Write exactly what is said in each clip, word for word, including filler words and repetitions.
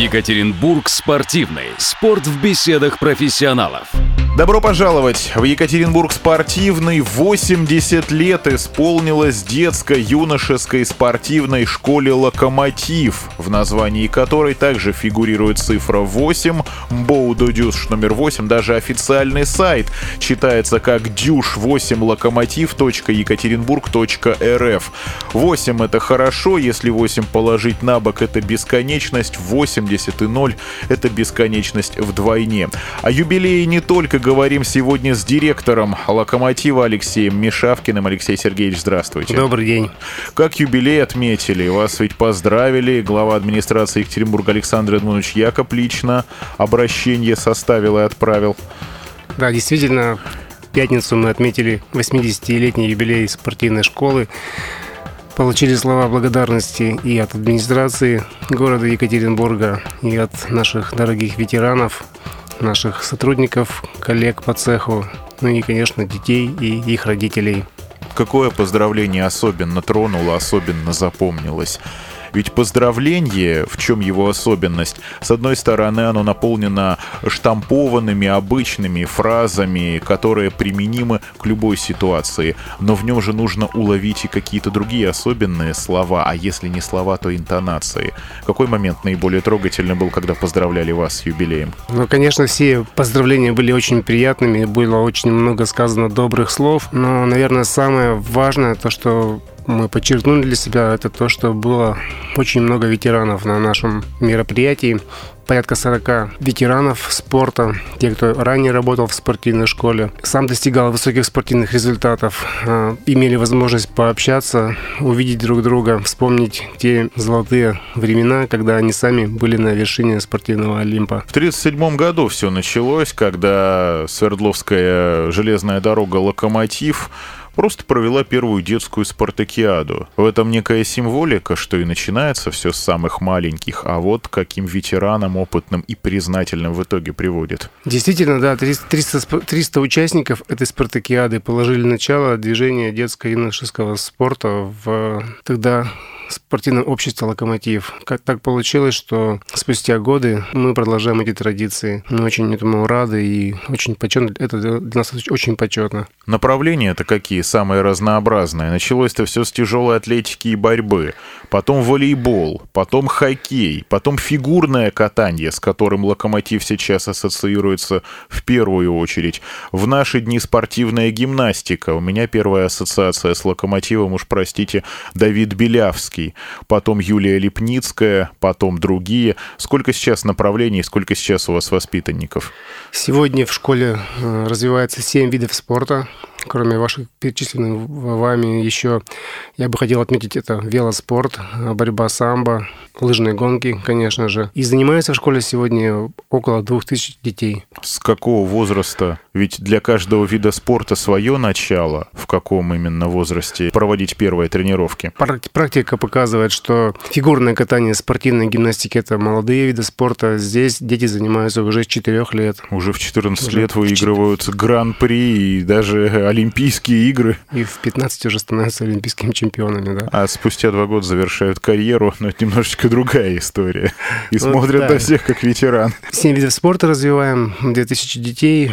Екатеринбург спортивный. Спорт в беседах профессионалов. Добро пожаловать в Екатеринбург спортивный. восемьдесят лет исполнилось детско-юношеской спортивной школе «Локомотив», в названии которой также фигурирует цифра восемь. Боудодюш номер восемь, даже официальный сайт читается как дюш восемь локомотив точка екатеринбург точка эр эф. восемь — это хорошо, если восемь положить на бок — это бесконечность, восемьдесят и ноль — это бесконечность вдвойне. О юбилее не только говорим сегодня с директором «Локомотива» Алексеем Мишавкиным. Алексей Сергеевич, здравствуйте. Добрый день. Как юбилей отметили? Вас ведь поздравили. Глава администрации Екатеринбурга Александр Эдмундович Якоб лично обращение составил и отправил. Да, действительно, в пятницу мы отметили восьмидесятилетний юбилей спортивной школы. Получили слова благодарности и от администрации города Екатеринбурга, и от наших дорогих ветеранов, наших сотрудников, коллег по цеху, ну и, конечно, детей и их родителей. Какое поздравление особенно тронуло, особенно запомнилось? Ведь поздравление, в чем его особенность? С одной стороны, оно наполнено штампованными, обычными фразами, которые применимы к любой ситуации. Но в нем же нужно уловить и какие-то другие особенные слова, а если не слова, то интонации. Какой момент наиболее трогательный был, когда поздравляли вас с юбилеем? Ну, конечно, все поздравления были очень приятными, было очень много сказано добрых слов, но, наверное, самое важное, то, что мы подчеркнули для себя, это то, что было очень много ветеранов на нашем мероприятии. Порядка сорока ветеранов спорта, те, кто ранее работал в спортивной школе, сам достигал высоких спортивных результатов, имели возможность пообщаться, увидеть друг друга, вспомнить те золотые времена, когда они сами были на вершине спортивного Олимпа. В тридцать седьмом году все началось, когда Свердловская железная дорога «Локомотив» просто провела первую детскую спартакиаду. В этом некая символика, что и начинается все с самых маленьких, а вот каким ветеранам, опытным и признательным в итоге приводит. Действительно, да, триста, триста участников этой спартакиады положили начало движения детско-юношеского спорта в тогда спортивном обществе «Локомотив». Как так получилось, что спустя годы мы продолжаем эти традиции. Мы очень этому рады и очень почетно. Это для нас очень почетно. Направления-то какие? Самые разнообразные. Началось-то все с тяжелой атлетики и борьбы. Потом волейбол, потом хоккей, потом фигурное катание, с которым «Локомотив» сейчас ассоциируется в первую очередь. В наши дни спортивная гимнастика. У меня первая ассоциация с «Локомотивом», уж простите, Давид Белявский. Потом Юлия Липницкая, потом другие. Сколько сейчас направлений, сколько сейчас у вас воспитанников? Сегодня в школе развивается семь видов спорта. Кроме ваших перечисленных вами еще, я бы хотел отметить, это велоспорт, борьба самбо, лыжные гонки, конечно же. И занимается в школе сегодня около двух тысяч детей. С какого возраста? Ведь для каждого вида спорта свое начало. В каком именно возрасте проводить первые тренировки? Практика показывает, что фигурное катание, спортивная гимнастика — это молодые виды спорта. Здесь дети занимаются уже с четырёх лет. Уже в четырнадцать уже лет выигрывают гран-при и даже Олимпийские игры. И в пятнадцать уже становятся олимпийскими чемпионами, да. А спустя два года завершают карьеру, но это немножечко другая история. И вот смотрят да. на всех как ветеран. Семь видов спорта развиваем, две тысячи детей.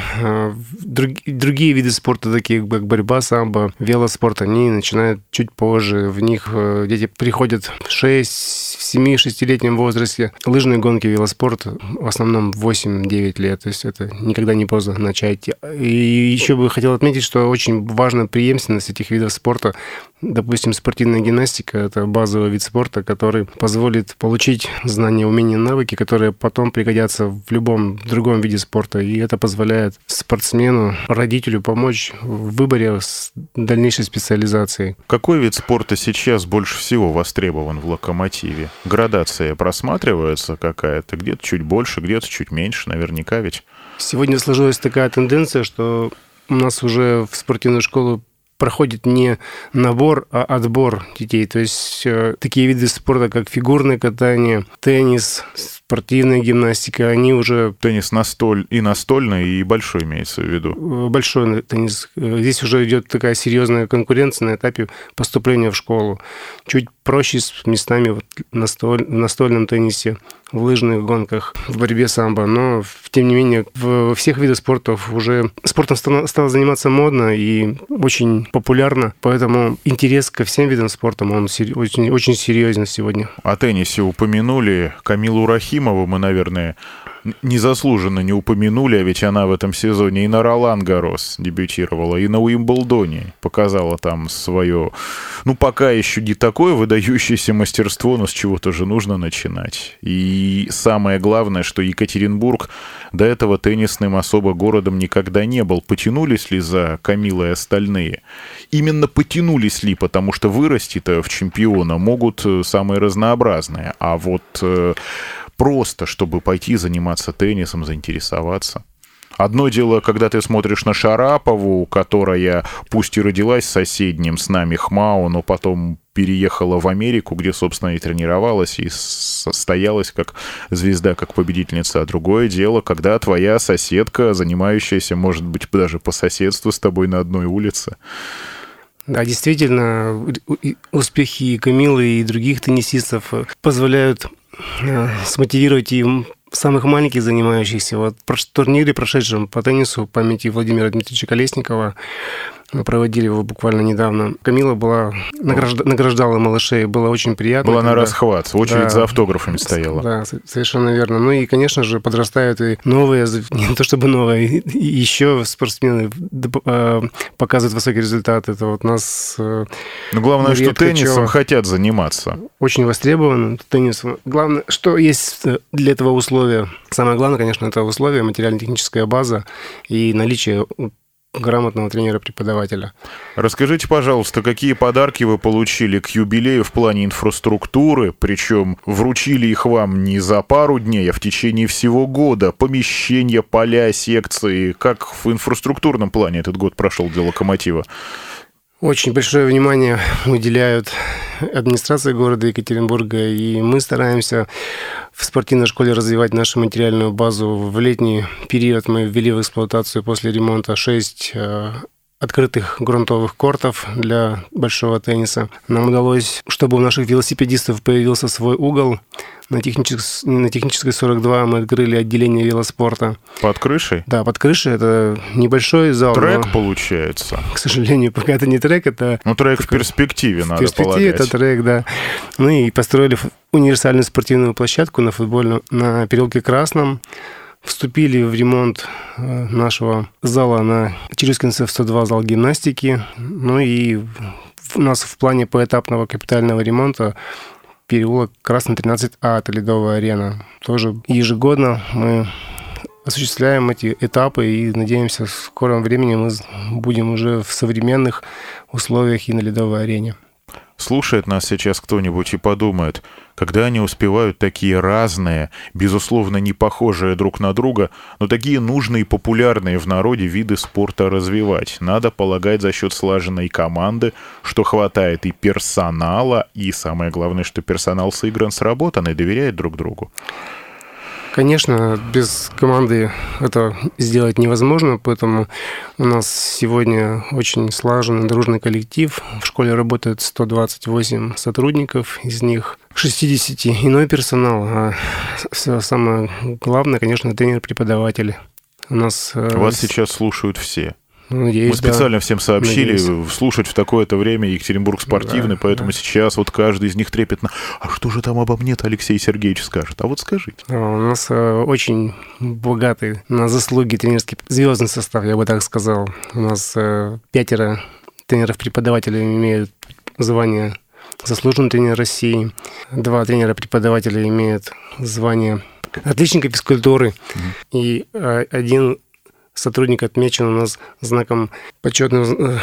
Другие виды спорта, такие как борьба, самбо, велоспорт, они начинают чуть позже. В них дети приходят в шесть, в семи-шестилетнем возрасте. Лыжные гонки, велоспорт в основном восемь-девять лет. То есть это никогда не поздно начать. И еще бы хотел отметить, что очень важна преемственность этих видов спорта. Допустим, спортивная гимнастика — это базовый вид спорта, который позволит получить знания, умения, навыки, которые потом пригодятся в любом другом виде спорта. И это позволяет спортсмену, родителю помочь в выборе с дальнейшей специализацией. Какой вид спорта сейчас больше всего востребован в «Локомотиве»? Градация просматривается какая-то? Где-то чуть больше, где-то чуть меньше, наверняка ведь. Сегодня сложилась такая тенденция, что у нас уже в спортивную школу проходит не набор, а отбор детей. То есть э, такие виды спорта, как фигурное катание, теннис, спортивная гимнастика, они уже... Теннис настоль... и настольный, и большой имеется в виду. Большой теннис. Здесь уже идет такая серьезная конкуренция на этапе поступления в школу. Чуть проще с местами вот настоль... в настольном теннисе. в лыжных гонках, в борьбе самбо, но, тем не менее, во всех видах спорта уже спортом стало, стало заниматься модно и очень популярно, поэтому интерес ко всем видам спорта, он очень, очень серьезен сегодня. О теннисе упомянули. Камилу Рахимову мы, наверное, незаслуженно не упомянули, а ведь она в этом сезоне и на Ролан-Гаррос дебютировала, и на Уимблдоне показала там свое, ну, пока еще не такое выдающееся мастерство, но с чего-то же нужно начинать. И самое главное, что Екатеринбург до этого теннисным особо городом никогда не был. Потянулись ли за Камилой остальные? Именно потянулись ли, потому что вырасти-то в чемпиона могут самые разнообразные, а вот просто, чтобы пойти заниматься теннисом, заинтересоваться. Одно дело, когда ты смотришь на Шарапову, которая пусть и родилась соседним с нами ХМАО, но потом переехала в Америку, где, собственно, и тренировалась, и состоялась как звезда, как победительница. А другое дело, когда твоя соседка, занимающаяся, может быть, даже по соседству с тобой на одной улице. Да, действительно, успехи и Камилы, и других теннисистов позволяют смотивировать им самых маленьких занимающихся. Вот в турнире, прошедшем по теннису, памяти Владимира Дмитриевича Колесникова, мы проводили его буквально недавно. Камила была награжд... награждала малышей, было очень приятно. Была когда... на расхват, очередь да, за автографами стояла. Да, совершенно верно. Ну и, конечно же, подрастают и новые, не то чтобы новые, еще спортсмены показывают высокий результат. Это вот нас... Но главное, Мария что Ткачева теннисом хотят заниматься. Очень востребован теннис. Главное, что есть для этого условия. Самое главное, конечно, это условия, материально-техническая база и наличие грамотного тренера-преподавателя. Расскажите, пожалуйста, какие подарки вы получили к юбилею в плане инфраструктуры, причем вручили их вам не за пару дней, а в течение всего года. Помещения, поля, секции. Как в инфраструктурном плане этот год прошел для «Локомотива»? Очень большое внимание уделяют администрации города Екатеринбурга, и мы стараемся в спортивной школе развивать нашу материальную базу. В летний период мы ввели в эксплуатацию после ремонта шесть открытых грунтовых кортов для большого тенниса. Нам удалось, чтобы у наших велосипедистов появился свой угол. На, техничес... на технической сорок два мы открыли отделение велоспорта. Под крышей? Да, под крышей. Это небольшой зал. Трек, но, получается? К сожалению, пока это не трек, это... Ну, трек в перспективе, надо полагать. В перспективе это трек, да. Ну и построили универсальную спортивную площадку на футбольном, на переулке Красном. Вступили в ремонт нашего зала на Чирюскинцев сто два, зал гимнастики. Ну и у нас в плане поэтапного капитального ремонта переулок Красный тринадцать А, это Ледовая арена. Тоже ежегодно мы осуществляем эти этапы и надеемся, в скором времени мы будем уже в современных условиях и на Ледовой арене. Слушает нас сейчас кто-нибудь и подумает, когда они успевают такие разные, безусловно, не похожие друг на друга, но такие нужные и популярные в народе виды спорта развивать. Надо полагать за счет слаженной команды, что хватает и персонала, и самое главное, что персонал сыгран, сработан и доверяет друг другу. Конечно, без команды это сделать невозможно, поэтому у нас сегодня очень слаженный, дружный коллектив. В школе работает сто двадцать восемь сотрудников, из них шестьдесят иной персонал, а все самое главное, конечно, тренер-преподаватель. У нас... Вас сейчас слушают все. Надеюсь, Мы специально да. всем сообщили, Надеюсь. Слушать в такое-то время Екатеринбург спортивный, да, поэтому да. Сейчас вот каждый из них трепетно. А что же там обо мне-то Алексей Сергеевич скажет? А вот скажите. У нас очень богатый на заслуги тренерский звездный состав, я бы так сказал. У нас пятеро тренеров-преподавателей имеют звание заслуженный тренер России. Два тренера-преподавателя имеют звание отличника физкультуры. Mm-hmm. И один сотрудник отмечен у нас знаком почетного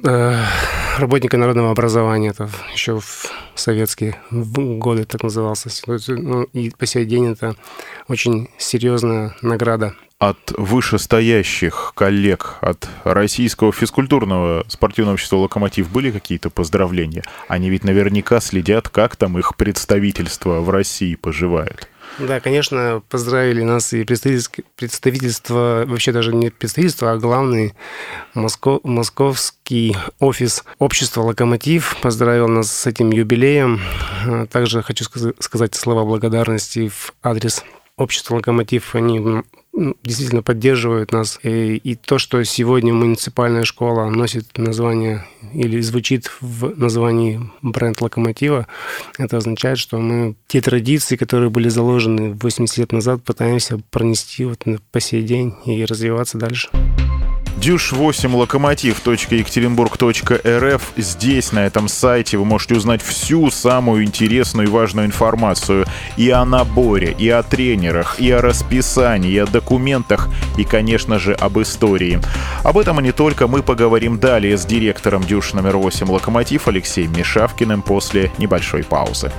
работника народного образования. Это еще в советские годы так назывался. Ну, и по сей день это очень серьезная награда. От вышестоящих коллег, от Российского физкультурного спортивного общества «Локомотив» были какие-то поздравления? Они ведь наверняка следят, как там их представительство в России поживает. Да, конечно, поздравили нас и представительство, вообще даже не представительство, а главный Москов, московский офис общества «Локомотив» поздравил нас с этим юбилеем. Также хочу сказать слова благодарности в адрес общества «Локомотив». Они действительно поддерживают нас. И, и то, что сегодня муниципальная школа носит название или звучит в названии бренд «Локомотива», это означает, что мы те традиции, которые были заложены восемьдесят лет назад, пытаемся пронести вот по сей день и развиваться дальше. дюш восемь локомотив точка екатеринбург точка эр эф. Здесь, на этом сайте, вы можете узнать всю самую интересную и важную информацию и о наборе, и о тренерах, и о расписании, и о документах, и, конечно же, об истории. Об этом и не только мы поговорим далее с директором дюш номер восемь «Локомотив» Алексеем Мишавкиным после небольшой паузы.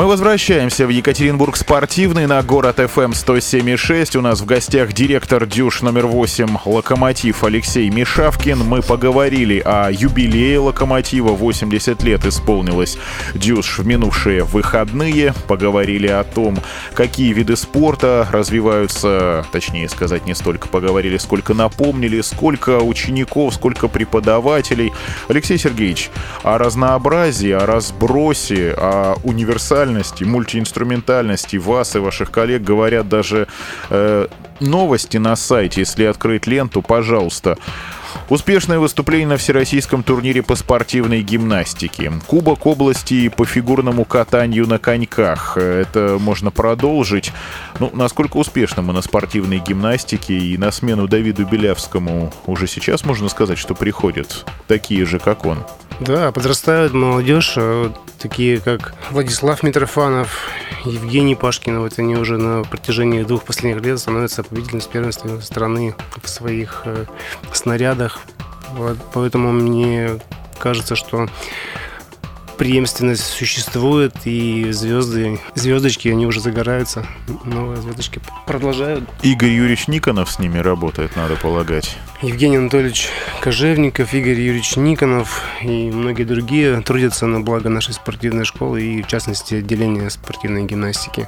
Мы возвращаемся в Екатеринбург спортивный на Город эф эм сто семь и шесть. У нас в гостях директор ДЮСШ номер восемь «Локомотив» Алексей Мишавкин. Мы поговорили о юбилее «Локомотива». восемьдесят лет исполнилось ДЮСШ в минувшие выходные. Поговорили о том, какие виды спорта развиваются, точнее сказать, не столько поговорили, сколько напомнили, сколько учеников, сколько преподавателей. Алексей Сергеевич, о разнообразии, о разбросе, о универсальности, мультиинструментальности вас и ваших коллег говорят даже э, новости на сайте. Если открыть ленту, пожалуйста. Успешное выступление на всероссийском турнире по спортивной гимнастике. Кубок области по фигурному катанию на коньках. Это можно продолжить. Ну, насколько успешно мы на спортивной гимнастике, и на смену Давиду Белявскому уже сейчас можно сказать, что приходят такие же, как он. Да, подрастают молодежь, такие как Владислав Митрофанов, Евгений Пашкин. Вот они уже на протяжении двух последних лет становятся победителями первенства страны в своих э, снарядах. Вот, поэтому мне кажется, что преемственность существует, и звезды, звездочки, они уже загораются, новые звездочки продолжают. Игорь Юрьевич Никонов с ними работает, надо полагать. Евгений Анатольевич Кожевников, Игорь Юрьевич Никонов и многие другие трудятся на благо нашей спортивной школы и, в частности, отделения спортивной гимнастики.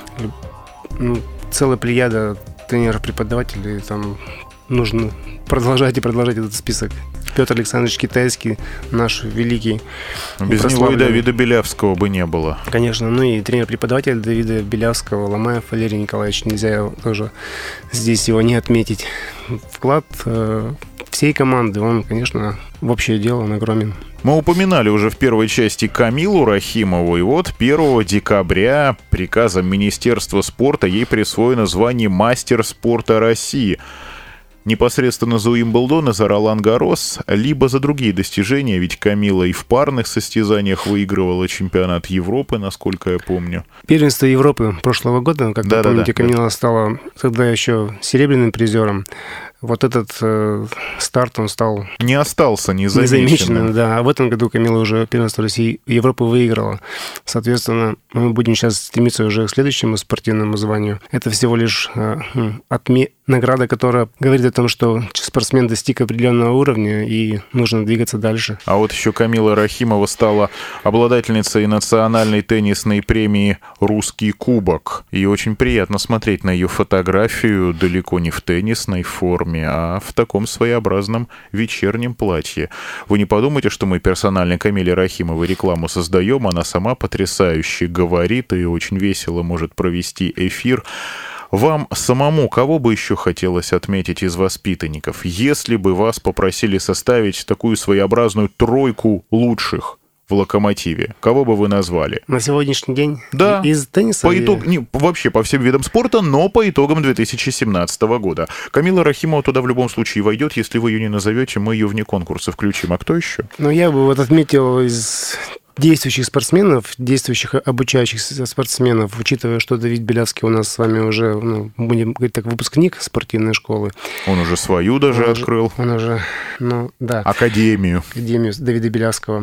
Целая плеяда тренеров-преподавателей, там нужно продолжать и продолжать этот список. Петр Александрович Китайский, наш великий. Без него и Давида Белявского бы не было. Конечно, ну и тренер-преподаватель Давида Белявского, Ломаев Валерий Николаевич, нельзя тоже здесь его не отметить. Вклад э, всей команды, он, конечно, в общее дело он огромен. Мы упоминали уже в первой части Камилу Рахимову, и вот первого декабря приказом Министерства спорта ей присвоено звание «Мастер спорта России». Непосредственно за Уимблдон и за Ролан-Гаррос, либо за другие достижения, ведь Камила и в парных состязаниях выигрывала чемпионат Европы, насколько я помню. Первенство Европы прошлого года, как вы помните, Камила стала тогда еще серебряным призером. Вот этот э, старт, он стал... Не остался незамеченным. Незамеченным, да. А в этом году Камила уже первенство России Европы выиграла. Соответственно, мы будем сейчас стремиться уже к следующему спортивному званию. Это всего лишь э, отме... награда, которая говорит о том, что спортсмен достиг определенного уровня и нужно двигаться дальше. А вот еще Камила Рахимова стала обладательницей национальной теннисной премии «Русский кубок». И очень приятно смотреть на ее фотографию далеко не в теннисной форме, а в таком своеобразном вечернем платье. Вы не подумайте, что мы персонально Камиле Рахимовой рекламу создаем. Она сама потрясающе говорит и очень весело может провести эфир. Вам самому кого бы еще хотелось отметить из воспитанников, если бы вас попросили составить такую своеобразную тройку лучших в «Локомотиве»? Кого бы вы назвали? На сегодняшний день? Да. Из тенниса? По итог... Не, вообще по всем видам спорта, но по итогам две тысячи семнадцатого года. Камила Рахимова туда в любом случае войдет. Если вы ее не назовете, мы ее вне конкурса включим. А кто еще? Ну, я бы вот отметил из действующих спортсменов, действующих обучающихся спортсменов, учитывая, что Давид Белявский у нас с вами уже, ну, будем говорить так, выпускник спортивной школы. Он уже свою даже он открыл. Уже, он уже, ну, да. Академию. Академию Давида Белявского.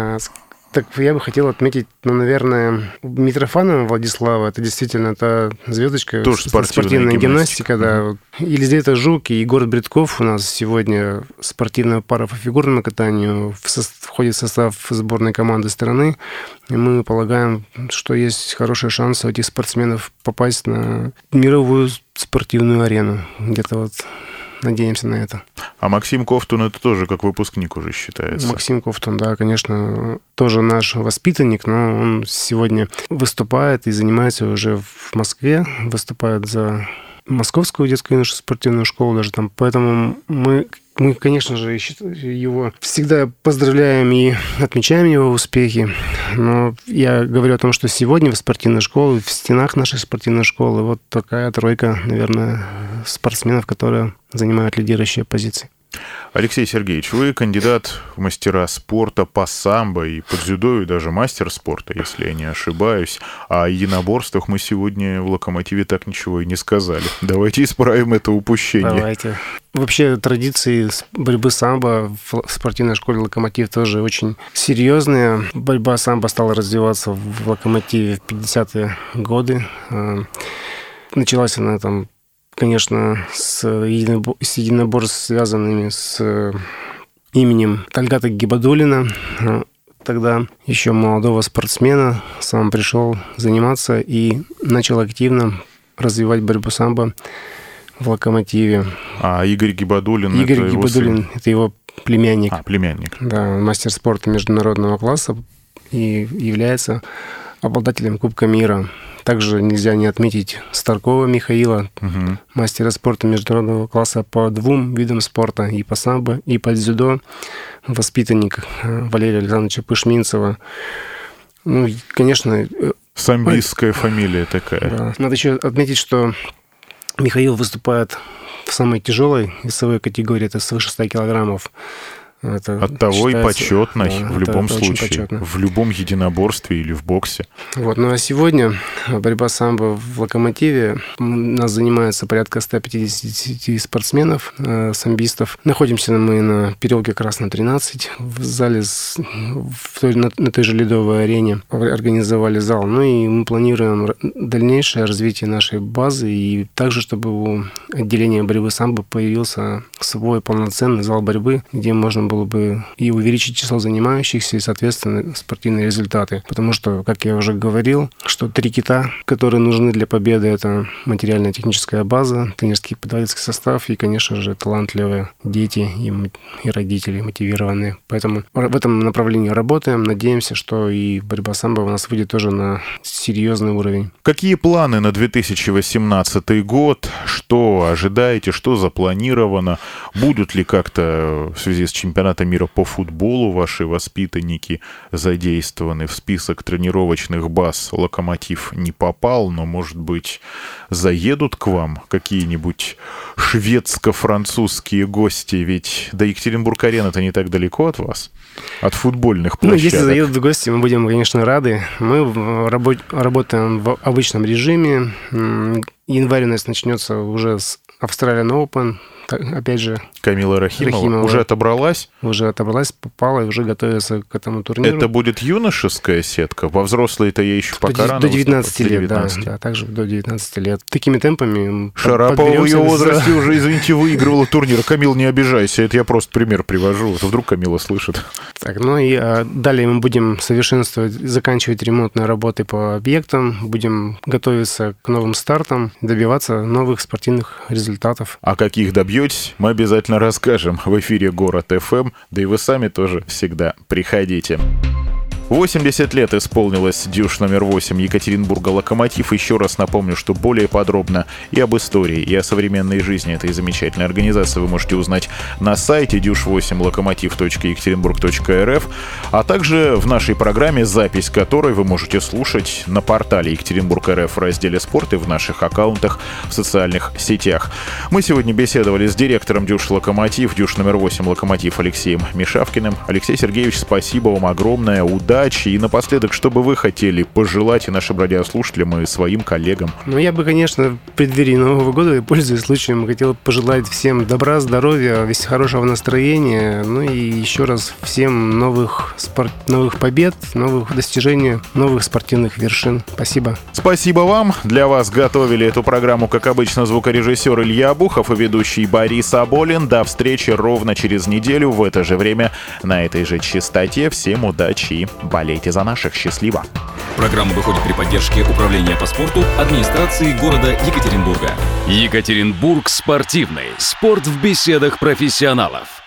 Так я бы хотел отметить, ну, наверное, Митрофанова Владислава. Это действительно та звездочка. Тоже спортивная, спортивная гимнастика. гимнастика, да. Mm-hmm. Елизавета Жук и Егор Бредков у нас сегодня спортивная пара по фигурному катанию входит в состав сборной команды страны. И мы полагаем, что есть хороший шанс у этих спортсменов попасть на мировую спортивную арену. Где-то вот надеемся на это. А Максим Ковтун это тоже как выпускник уже считается. Максим Ковтун, да, конечно, тоже наш воспитанник, но он сегодня выступает и занимается уже в Москве, выступает за Московскую детскую юношескую спортивную школу даже там. Поэтому мы, мы, конечно же, его всегда поздравляем и отмечаем его успехи. Но я говорю о том, что сегодня в спортивной школе, в стенах нашей спортивной школы вот такая тройка, наверное, спортсменов, которые занимают лидирующие позиции. Алексей Сергеевич, вы кандидат в мастера спорта по самбо и по дзюдо, и даже мастер спорта, если я не ошибаюсь. А о единоборствах мы сегодня в «Локомотиве» так ничего и не сказали. Давайте исправим это упущение. Давайте. Вообще традиции борьбы самбо в спортивной школе «Локомотив» тоже очень серьезные. Борьба самбо стала развиваться в «Локомотиве» в пятидесятые годы. Началась она там, конечно, с, единобор... с единоборств, связанными с именем Тальгата Гибадуллина. Тогда еще молодого спортсмена сам пришел заниматься и начал активно развивать борьбу самбо в «Локомотиве». А Игорь Гибадуллин Игорь это Гибадуллин его сын? Это его племянник. А, племянник. Да, мастер спорта международного класса и является обладателем Кубка мира. Также нельзя не отметить Старкова Михаила, угу. мастера спорта международного класса по двум видам спорта, и по самбо, и по дзюдо, воспитанник Валерия Александровича Пышминцева. Ну, конечно... Самбистская фамилия такая. Да. Надо еще отметить, что Михаил выступает в самой тяжелой весовой категории, это свыше ста килограммов. Это Оттого и почетной, да, в любом это, это случае, в любом единоборстве или в боксе. Вот. Ну а сегодня борьба самбо в «Локомотиве». У нас занимается порядка ста пятидесяти спортсменов, э, самбистов. Находимся мы на переулке Красная, тринадцать. В зале, с, в той, на, на той же ледовой арене организовали зал. Ну и мы планируем дальнейшее развитие нашей базы. И также, чтобы у отделения борьбы самбо появился свой полноценный зал борьбы, где можно было бы и увеличить число занимающихся, и, соответственно, спортивные результаты. Потому что, как я уже говорил, что три кита, которые нужны для победы, это материальная техническая база, тренерский преподавательский состав и, конечно же, талантливые дети и, и родители мотивированные. Поэтому в этом направлении работаем. Надеемся, что и борьба самбо у нас выйдет тоже на серьезный уровень. Какие планы на две тысячи восемнадцатый год? Что ожидаете? Что запланировано? Будут ли как-то в связи с чемпионатом Чемпионата мира по футболу ваши воспитанники задействованы в список тренировочных баз? «Локомотив» не попал, но, может быть, заедут к вам какие-нибудь шведско-французские гости? Ведь до Екатеринбург-арена-то не так далеко от вас, от футбольных площадок. Ну, если заедут в гости, мы будем, конечно, рады. Мы рабо- работаем в обычном режиме. Январь у нас начнется уже с Australian Open. Опять же, Камила Рахимова, Рахимова уже отобралась? Уже отобралась, попала и уже готовится к этому турниру. Это будет юношеская сетка? Во взрослые-то ей еще пока до, рано. До девятнадцати лет, до девятнадцати. Да, да, также до девятнадцати лет. Такими темпами... Шарапова в ее возрасте за... уже, извините, выигрывала турнир. Камил, не обижайся, это я просто пример привожу. А вдруг Камила слышит. Так, ну и а, далее мы будем совершенствовать, заканчивать ремонтные работы по объектам, будем готовиться к новым стартам, добиваться новых спортивных результатов. А каких добьетесь, мы обязательно расскажем в эфире «Город эф эм», да и вы сами тоже всегда приходите. восемьдесят лет исполнилось дюш номер восемь Екатеринбурга «Локомотив». Еще раз напомню, что более подробно и об истории, и о современной жизни этой замечательной организации вы можете узнать на сайте дюш восемь локомотив точка екатеринбург точка эр эф, а также в нашей программе, запись которой вы можете слушать на портале Екатеринбург точка эр эф в разделе «Спорт» и в наших аккаунтах в социальных сетях. Мы сегодня беседовали с директором дюш «Локомотив», дюш номер восемь «Локомотив» Алексеем Мишавкиным. Алексей Сергеевич, спасибо вам огромное, удачи. И напоследок, что бы вы хотели пожелать и нашим радиослушателям, и своим коллегам? Ну, я бы, конечно, в преддверии Нового года, и пользуясь случаем, хотел пожелать всем добра, здоровья, весь хорошего настроения, ну и еще раз всем новых, спорт... новых побед, новых достижений, новых спортивных вершин. Спасибо. Спасибо вам. Для вас готовили эту программу, как обычно, звукорежиссер Илья Обухов и ведущий Борис Аболин. До встречи ровно через неделю в это же время на этой же частоте. Всем удачи и болейте за наших. Счастливо! Программа выходит при поддержке Управления по спорту администрации города Екатеринбурга. Екатеринбург спортивный. Спорт в беседах профессионалов.